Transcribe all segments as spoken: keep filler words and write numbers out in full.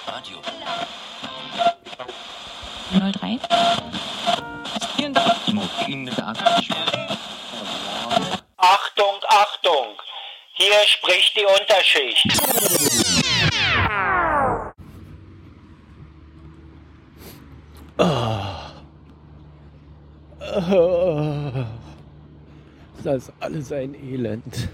Radio. null drei. Achtung, Achtung! Hier spricht die Unterschicht. Oh. Oh. Das ist alles ein Elend.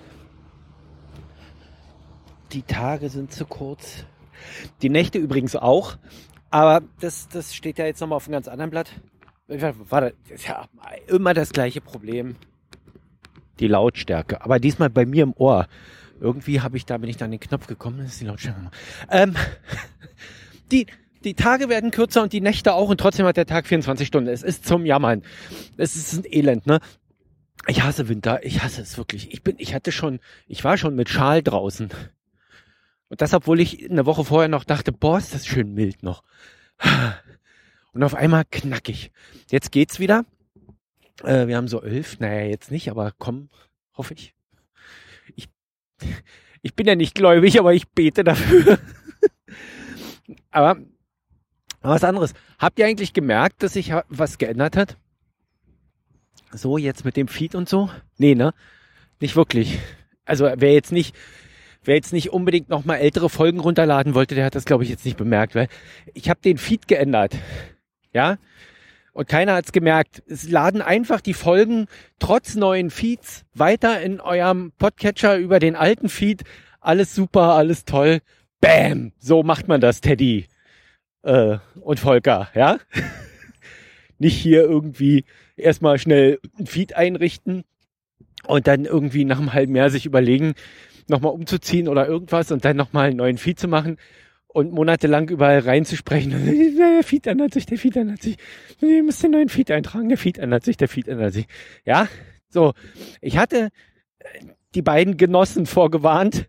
Die Tage sind zu kurz. Die Nächte übrigens auch. Aber das, das steht ja jetzt nochmal auf einem ganz anderen Blatt. Warte, das ist ja immer das gleiche Problem. Die Lautstärke. Aber diesmal bei mir im Ohr. Irgendwie habe ich da, bin ich da an den Knopf gekommen. Das ist die Lautstärke. Ähm, die, die Tage werden kürzer und die Nächte auch. Und trotzdem hat der Tag vierundzwanzig Stunden. Es ist zum Jammern. Es ist ein Elend, ne? Ich hasse Winter. Ich hasse es wirklich. Ich bin, ich hatte schon, ich war schon mit Schal draußen. Und das, obwohl ich eine Woche vorher noch dachte, boah, ist das schön mild noch. Und auf einmal knackig. Jetzt geht's wieder. Äh, wir haben so elf. Naja, jetzt nicht, aber komm, hoffe ich. Ich, ich bin ja nicht gläubig, aber ich bete dafür. aber, aber was anderes. Habt ihr eigentlich gemerkt, dass sich was geändert hat? So, jetzt mit dem Feed und so? Nee, ne? Nicht wirklich. Also, wer jetzt nicht... Wer jetzt nicht unbedingt nochmal ältere Folgen runterladen wollte, der hat das, glaube ich, jetzt nicht bemerkt, weil ich habe den Feed geändert. Ja? Und keiner hat es gemerkt. Es laden einfach die Folgen trotz neuen Feeds weiter in eurem Podcatcher über den alten Feed. Alles super, alles toll. Bam! So macht man das, Teddy äh, und Volker, ja? Nicht hier irgendwie erstmal schnell einen Feed einrichten und dann irgendwie nach einem halben Jahr sich überlegen, nochmal umzuziehen oder irgendwas und dann nochmal einen neuen Feed zu machen und monatelang überall reinzusprechen. Der Feed ändert sich, der Feed ändert sich. Ihr müsst den neuen Feed eintragen, der Feed ändert sich, der Feed ändert sich. Ja, so. Ich hatte die beiden Genossen vorgewarnt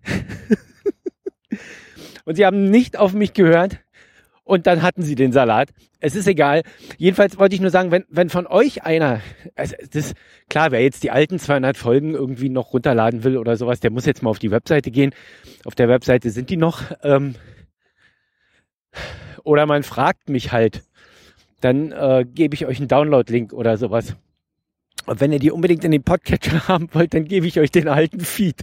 und sie haben nicht auf mich gehört und dann hatten sie den Salat. Es ist egal. Jedenfalls wollte ich nur sagen, wenn, wenn von euch einer, also das, klar, wer jetzt die alten zweihundert Folgen irgendwie noch runterladen will oder sowas, der muss jetzt mal auf die Webseite gehen. Auf der Webseite sind die noch. Ähm, oder man fragt mich halt. Dann äh, gebe ich euch einen Download-Link oder sowas. Und wenn ihr die unbedingt in den Podcatcher haben wollt, dann gebe ich euch den alten Feed.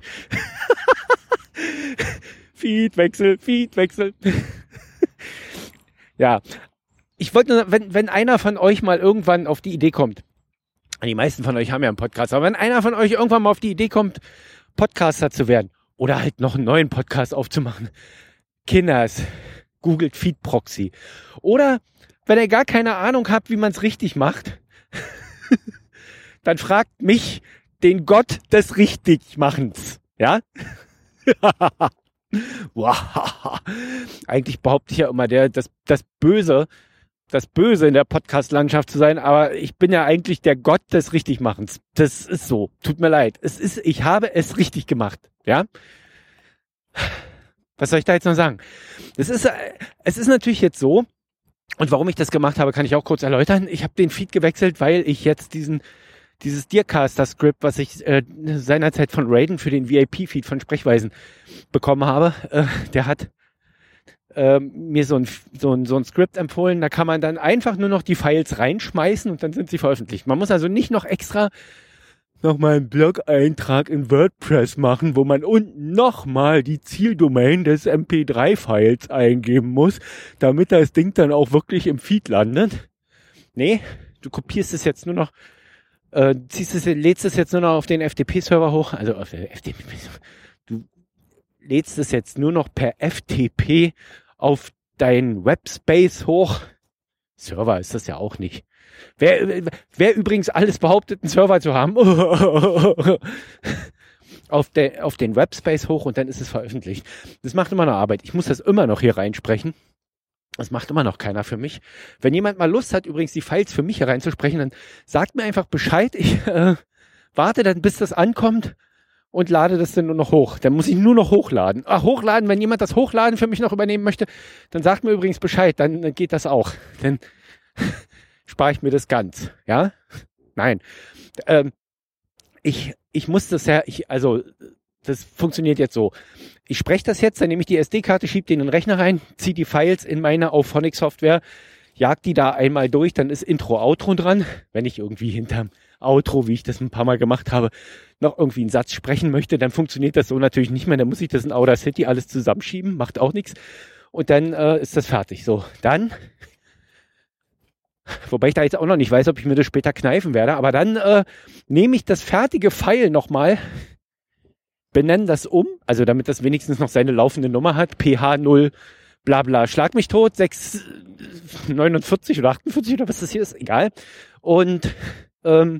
Feedwechsel, Feedwechsel. Ja, ich wollte nur, wenn, wenn einer von euch mal irgendwann auf die Idee kommt, die meisten von euch haben ja einen Podcast, aber wenn einer von euch irgendwann mal auf die Idee kommt, Podcaster zu werden oder halt noch einen neuen Podcast aufzumachen, Kinders, googelt Feedproxy. Oder wenn ihr gar keine Ahnung habt, wie man es richtig macht, dann fragt mich, den Gott des Richtigmachens. Ja? Wow. Eigentlich behaupte ich ja immer, der, das, das Böse, das Böse in der Podcast-Landschaft zu sein, aber ich bin ja eigentlich der Gott des Richtigmachens. Das ist so. Tut mir leid. Es ist, ich habe es richtig gemacht. Ja? Was soll ich da jetzt noch sagen? Das ist, es ist natürlich jetzt so, und warum ich das gemacht habe, kann ich auch kurz erläutern. Ich habe den Feed gewechselt, weil ich jetzt diesen Dieses Dearcaster-Skript, was ich äh, seinerzeit von Raiden für den V I P-Feed von Sprechweisen bekommen habe, äh, der hat äh, mir so ein, so, ein, so ein Skript empfohlen. Da kann man dann einfach nur noch die Files reinschmeißen und dann sind sie veröffentlicht. Man muss also nicht noch extra nochmal einen Blog-Eintrag in WordPress machen, wo man unten nochmal die Zieldomain des M P drei Files eingeben muss, damit das Ding dann auch wirklich im Feed landet. Nee, du kopierst es jetzt nur noch Äh, ziehst es, lädst es jetzt nur noch auf den F T P-Server hoch, also auf der F T P, du lädst es jetzt nur noch per F T P auf deinen Webspace hoch. Server ist das ja auch nicht. Wer, wer übrigens alles behauptet, einen Server zu haben, auf, der, auf den Webspace hoch und dann ist es veröffentlicht. Das macht immer noch Arbeit. Ich muss das immer noch hier reinsprechen. Das macht immer noch keiner für mich. Wenn jemand mal Lust hat, übrigens die Files für mich hier reinzusprechen, dann sagt mir einfach Bescheid. Ich äh, warte dann, bis das ankommt und lade das dann nur noch hoch. Dann muss ich nur noch hochladen. Ach, hochladen, wenn jemand das Hochladen für mich noch übernehmen möchte, dann sagt mir übrigens Bescheid, dann äh, geht das auch. Dann spare ich mir das ganz. Ja? Nein. Ähm, ich, ich muss das ja, ich, also das funktioniert jetzt so. Ich spreche das jetzt, dann nehme ich die S D-Karte, schiebe die in den Rechner rein, ziehe die Files in meine Auphonic-Software, jag die da einmal durch, dann ist Intro, Outro dran. Wenn ich irgendwie hinterm Outro, wie ich das ein paar Mal gemacht habe, noch irgendwie einen Satz sprechen möchte, dann funktioniert das so natürlich nicht mehr. Dann muss ich das in Audacity alles zusammenschieben, macht auch nichts. Und dann äh, ist das fertig. So, dann, wobei ich da jetzt auch noch nicht weiß, ob ich mir das später kneifen werde, aber dann äh, nehme ich das fertige File nochmal, benenne das um, also damit das wenigstens noch seine laufende Nummer hat, P H null, bla bla, schlag mich tot, sechs neunundvierzig oder achtundvierzig oder was das hier ist, egal. Und ähm,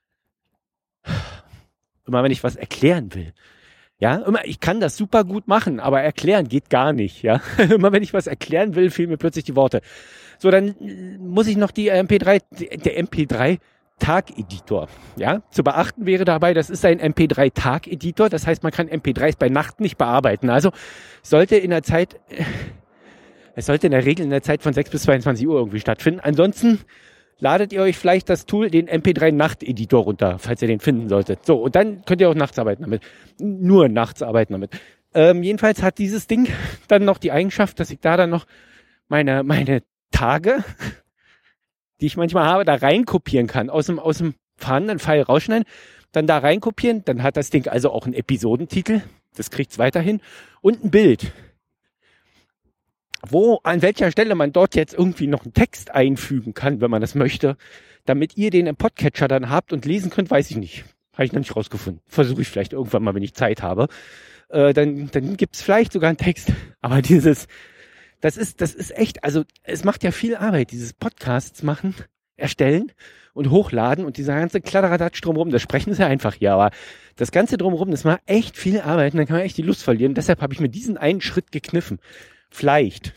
immer wenn ich was erklären will, ja, immer, ich kann das super gut machen, aber erklären geht gar nicht, ja. Immer wenn ich was erklären will, fehlen mir plötzlich die Worte. So, dann muss ich noch die M P drei, der M P drei Tag-Editor, ja. Zu beachten wäre dabei, das ist ein M P drei Tag-Editor, das heißt, man kann M P dreis bei Nacht nicht bearbeiten. Also sollte in der Zeit, es sollte in der Regel in der Zeit von sechs bis zweiundzwanzig Uhr irgendwie stattfinden. Ansonsten ladet ihr euch vielleicht das Tool, den M P drei Nacht-Editor runter, falls ihr den finden solltet. So, und dann könnt ihr auch nachts arbeiten damit. Nur nachts arbeiten damit. Ähm, jedenfalls hat dieses Ding dann noch die Eigenschaft, dass ich da dann noch meine, meine Tage, die ich manchmal habe, da rein kopieren kann. Aus dem, aus dem vorhandenen File rausschneiden, dann da rein kopieren. Dann hat das Ding also auch einen Episodentitel. Das kriegt's weiterhin. Und ein Bild. Wo, an welcher Stelle man dort jetzt irgendwie noch einen Text einfügen kann, wenn man das möchte, damit ihr den im Podcatcher dann habt und lesen könnt, weiß ich nicht. Habe ich noch nicht rausgefunden. Versuche ich vielleicht irgendwann mal, wenn ich Zeit habe. Äh, dann dann gibt's vielleicht sogar einen Text. Aber dieses, das ist, das ist echt, also es macht ja viel Arbeit, dieses Podcasts machen, erstellen und hochladen und dieser ganze Kladderadatsch drumherum. Das Sprechen ist ja einfach hier, aber das Ganze drumherum, das macht echt viel Arbeit und dann kann man echt die Lust verlieren. Deshalb habe ich mir diesen einen Schritt gekniffen. Vielleicht.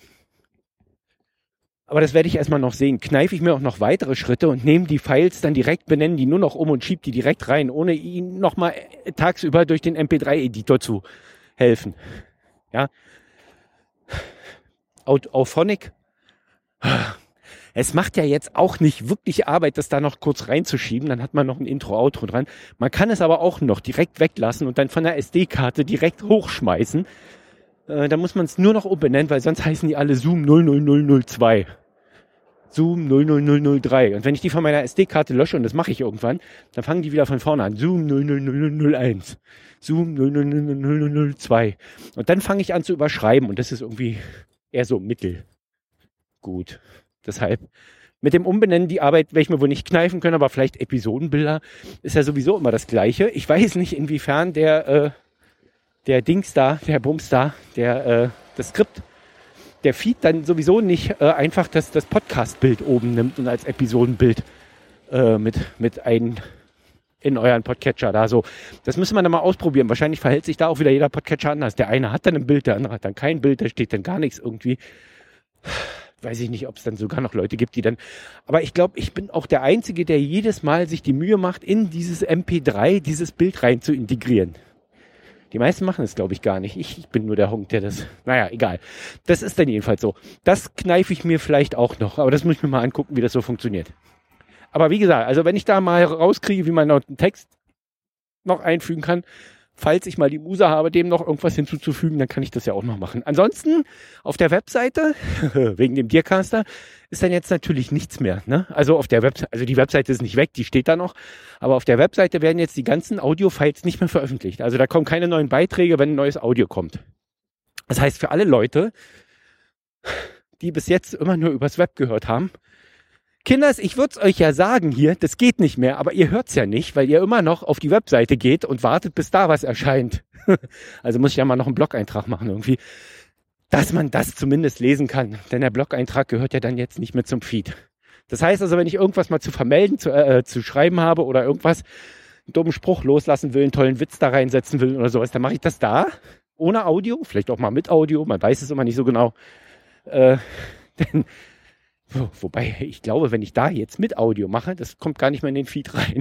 Aber das werde ich erstmal noch sehen. Kneife ich mir auch noch weitere Schritte und nehme die Files dann direkt, benennen die nur noch um und schiebe die direkt rein, ohne ihnen nochmal tagsüber durch den M P drei Editor zu helfen. Ja. Auphonic. Es macht ja jetzt auch nicht wirklich Arbeit, das da noch kurz reinzuschieben. Dann hat man noch ein Intro-Outro dran. Man kann es aber auch noch direkt weglassen und dann von der S D-Karte direkt hochschmeißen. Äh, da muss man es nur noch umbenennen, weil sonst heißen die alle Zoom null null null null zwei. Zoom null null null null drei. Und wenn ich die von meiner S D-Karte lösche, und das mache ich irgendwann, dann fangen die wieder von vorne an. Zoom null null null null eins. Zoom null null null null null zwei. Und dann fange ich an zu überschreiben. Und das ist irgendwie eher so mittel. Gut. Deshalb mit dem Umbenennen die Arbeit werde ich mir wohl nicht kneifen können, aber vielleicht Episodenbilder ist ja sowieso immer das Gleiche. Ich weiß nicht, inwiefern der... Äh, der Dings da, der Bums da, der, äh, das Skript, der Feed dann sowieso nicht äh, einfach das, das Podcast-Bild oben nimmt und als Episodenbild äh, mit, mit ein in euren Podcatcher da so. Das müsste man dann mal ausprobieren. Wahrscheinlich verhält sich da auch wieder jeder Podcatcher anders. Der eine hat dann ein Bild, der andere hat dann kein Bild, da steht dann gar nichts irgendwie. Weiß ich nicht, ob es dann sogar noch Leute gibt, die dann... Aber ich glaube, ich bin auch der Einzige, der jedes Mal sich die Mühe macht, in dieses M P drei dieses Bild rein zu integrieren. Die meisten machen es, glaube ich, gar nicht. Ich, ich bin nur der Honk, der das... Naja, egal. Das ist dann jedenfalls so. Das kneife ich mir vielleicht auch noch. Aber das muss ich mir mal angucken, wie das so funktioniert. Aber wie gesagt, also wenn ich da mal rauskriege, wie man noch einen Text noch einfügen kann, falls ich mal die Muse habe, dem noch irgendwas hinzuzufügen, dann kann ich das ja auch noch machen. Ansonsten auf der Webseite, wegen dem Dearcaster, ist dann jetzt natürlich nichts mehr. Ne? Also auf der Webseite, also die Webseite ist nicht weg, die steht da noch, aber auf der Webseite werden jetzt die ganzen Audio-Files nicht mehr veröffentlicht. Also da kommen keine neuen Beiträge, wenn ein neues Audio kommt. Das heißt, für alle Leute, die bis jetzt immer nur übers Web gehört haben, Kinders, ich würde es euch ja sagen hier, das geht nicht mehr, aber ihr hört es ja nicht, weil ihr immer noch auf die Webseite geht und wartet, bis da was erscheint. Also muss ich ja mal noch einen Blog-Eintrag machen irgendwie, dass man das zumindest lesen kann, denn der Blog-Eintrag gehört ja dann jetzt nicht mehr zum Feed. Das heißt also, wenn ich irgendwas mal zu vermelden, zu, äh, zu schreiben habe oder irgendwas, einen dummen Spruch loslassen will, einen tollen Witz da reinsetzen will oder sowas, dann mache ich das da, ohne Audio, vielleicht auch mal mit Audio, man weiß es immer nicht so genau, äh, denn wobei, ich glaube, wenn ich da jetzt mit Audio mache, das kommt gar nicht mehr in den Feed rein.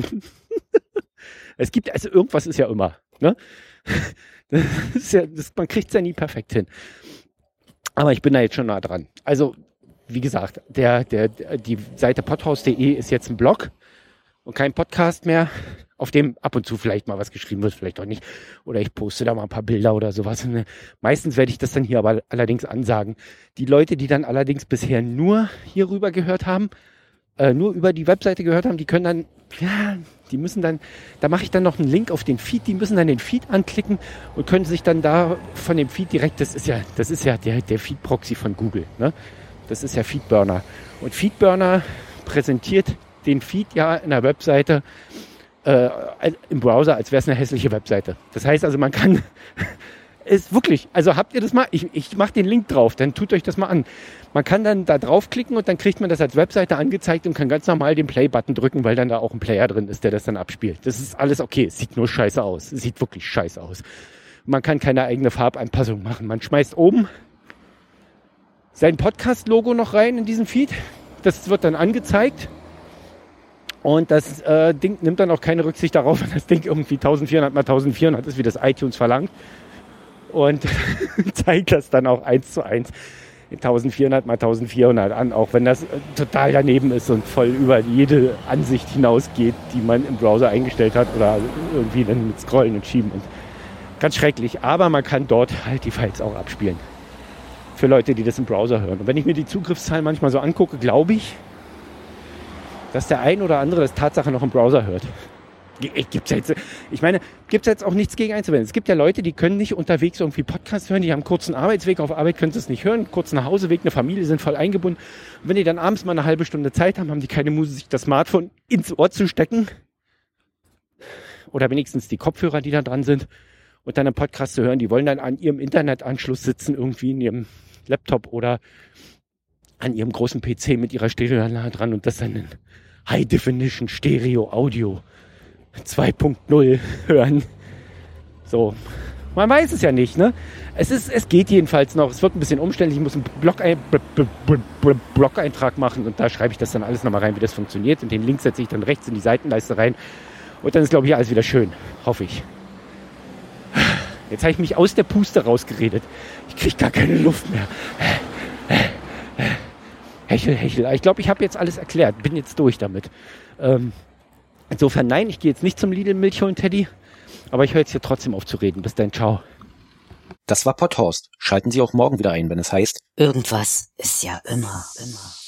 Es gibt, also irgendwas ist ja immer, ne? Das ist ja, das, man kriegt es ja nie perfekt hin. Aber ich bin da jetzt schon nah dran. Also, wie gesagt, der, der, die Seite podhouse punkt de ist jetzt ein Blog und kein Podcast mehr. auf dem ab und zu vielleicht mal was geschrieben wird, vielleicht auch nicht. Oder ich poste da mal ein paar Bilder oder sowas. Meistens werde ich das dann hier aber allerdings ansagen. Die Leute, die dann allerdings bisher nur hierüber gehört haben, äh, nur über die Webseite gehört haben, die können dann, ja, die müssen dann, da mache ich dann noch einen Link auf den Feed, die müssen dann den Feed anklicken und können sich dann da von dem Feed direkt, das ist ja, das ist ja der, der Feed-Proxy von Google, ne? Das ist ja Feedburner. Und Feedburner präsentiert den Feed ja in der Webseite Äh, im Browser, als wäre es eine hässliche Webseite. Das heißt also, man kann, ist wirklich, also habt ihr das mal, ich, ich mache den Link drauf, dann tut euch das mal an. Man kann dann da draufklicken und dann kriegt man das als Webseite angezeigt und kann ganz normal den Play-Button drücken, weil dann da auch ein Player drin ist, der das dann abspielt. Das ist alles okay, es sieht nur scheiße aus, es sieht wirklich scheiße aus. Man kann keine eigene Farbeinpassung machen. Man schmeißt oben sein Podcast-Logo noch rein in diesen Feed, das wird dann angezeigt. Und das äh, Ding nimmt dann auch keine Rücksicht darauf, wenn das Ding irgendwie vierzehnhundert mal vierzehnhundert ist, wie das iTunes verlangt. Und zeigt das dann auch eins zu eins vierzehnhundert mal vierzehnhundert an, auch wenn das äh, total daneben ist und voll über jede Ansicht hinausgeht, die man im Browser eingestellt hat oder irgendwie dann mit Scrollen und Schieben. Und ganz schrecklich, aber man kann dort halt die Files auch abspielen. Für Leute, die das im Browser hören. Und wenn ich mir die Zugriffszahlen manchmal so angucke, glaube ich, dass der ein oder andere das Tatsache noch im Browser hört. Gibt's jetzt, ich meine, gibt es jetzt auch nichts gegen einzuwenden. Es gibt ja Leute, die können nicht unterwegs irgendwie Podcasts hören, die haben einen kurzen Arbeitsweg, auf Arbeit können sie es nicht hören, einen kurzen Nachhauseweg, eine Familie, sind voll eingebunden. Und wenn die dann abends mal eine halbe Stunde Zeit haben, haben die keine Muße, sich das Smartphone ins Ohr zu stecken. Oder wenigstens die Kopfhörer, die da dran sind, und dann einen Podcast zu hören. Die wollen dann an ihrem Internetanschluss sitzen, irgendwie in ihrem Laptop oder an ihrem großen P C mit ihrer Stereoanlage dran und das dann in High Definition Stereo Audio zwei Punkt null hören. So, man weiß es ja nicht, ne? Es ist, es geht jedenfalls noch. Es wird ein bisschen umständlich. Ich muss einen Blog-Ein- Blog-Eintrag machen und da schreibe ich das dann alles nochmal rein, wie das funktioniert. Und den Link setze ich dann rechts in die Seitenleiste rein. Und dann ist, glaube ich, alles wieder schön. Hoffe ich. Jetzt habe ich mich aus der Puste rausgeredet. Ich kriege gar keine Luft mehr. Hechel, hechel. Ich glaube, ich habe jetzt alles erklärt. Bin jetzt durch damit. Ähm, insofern, nein, ich gehe jetzt nicht zum Lidl Milch holen, Teddy. Aber ich höre jetzt hier trotzdem auf zu reden. Bis dann, ciao. Das war Podhorst. Schalten Sie auch morgen wieder ein, wenn es heißt... Irgendwas ist ja immer, immer.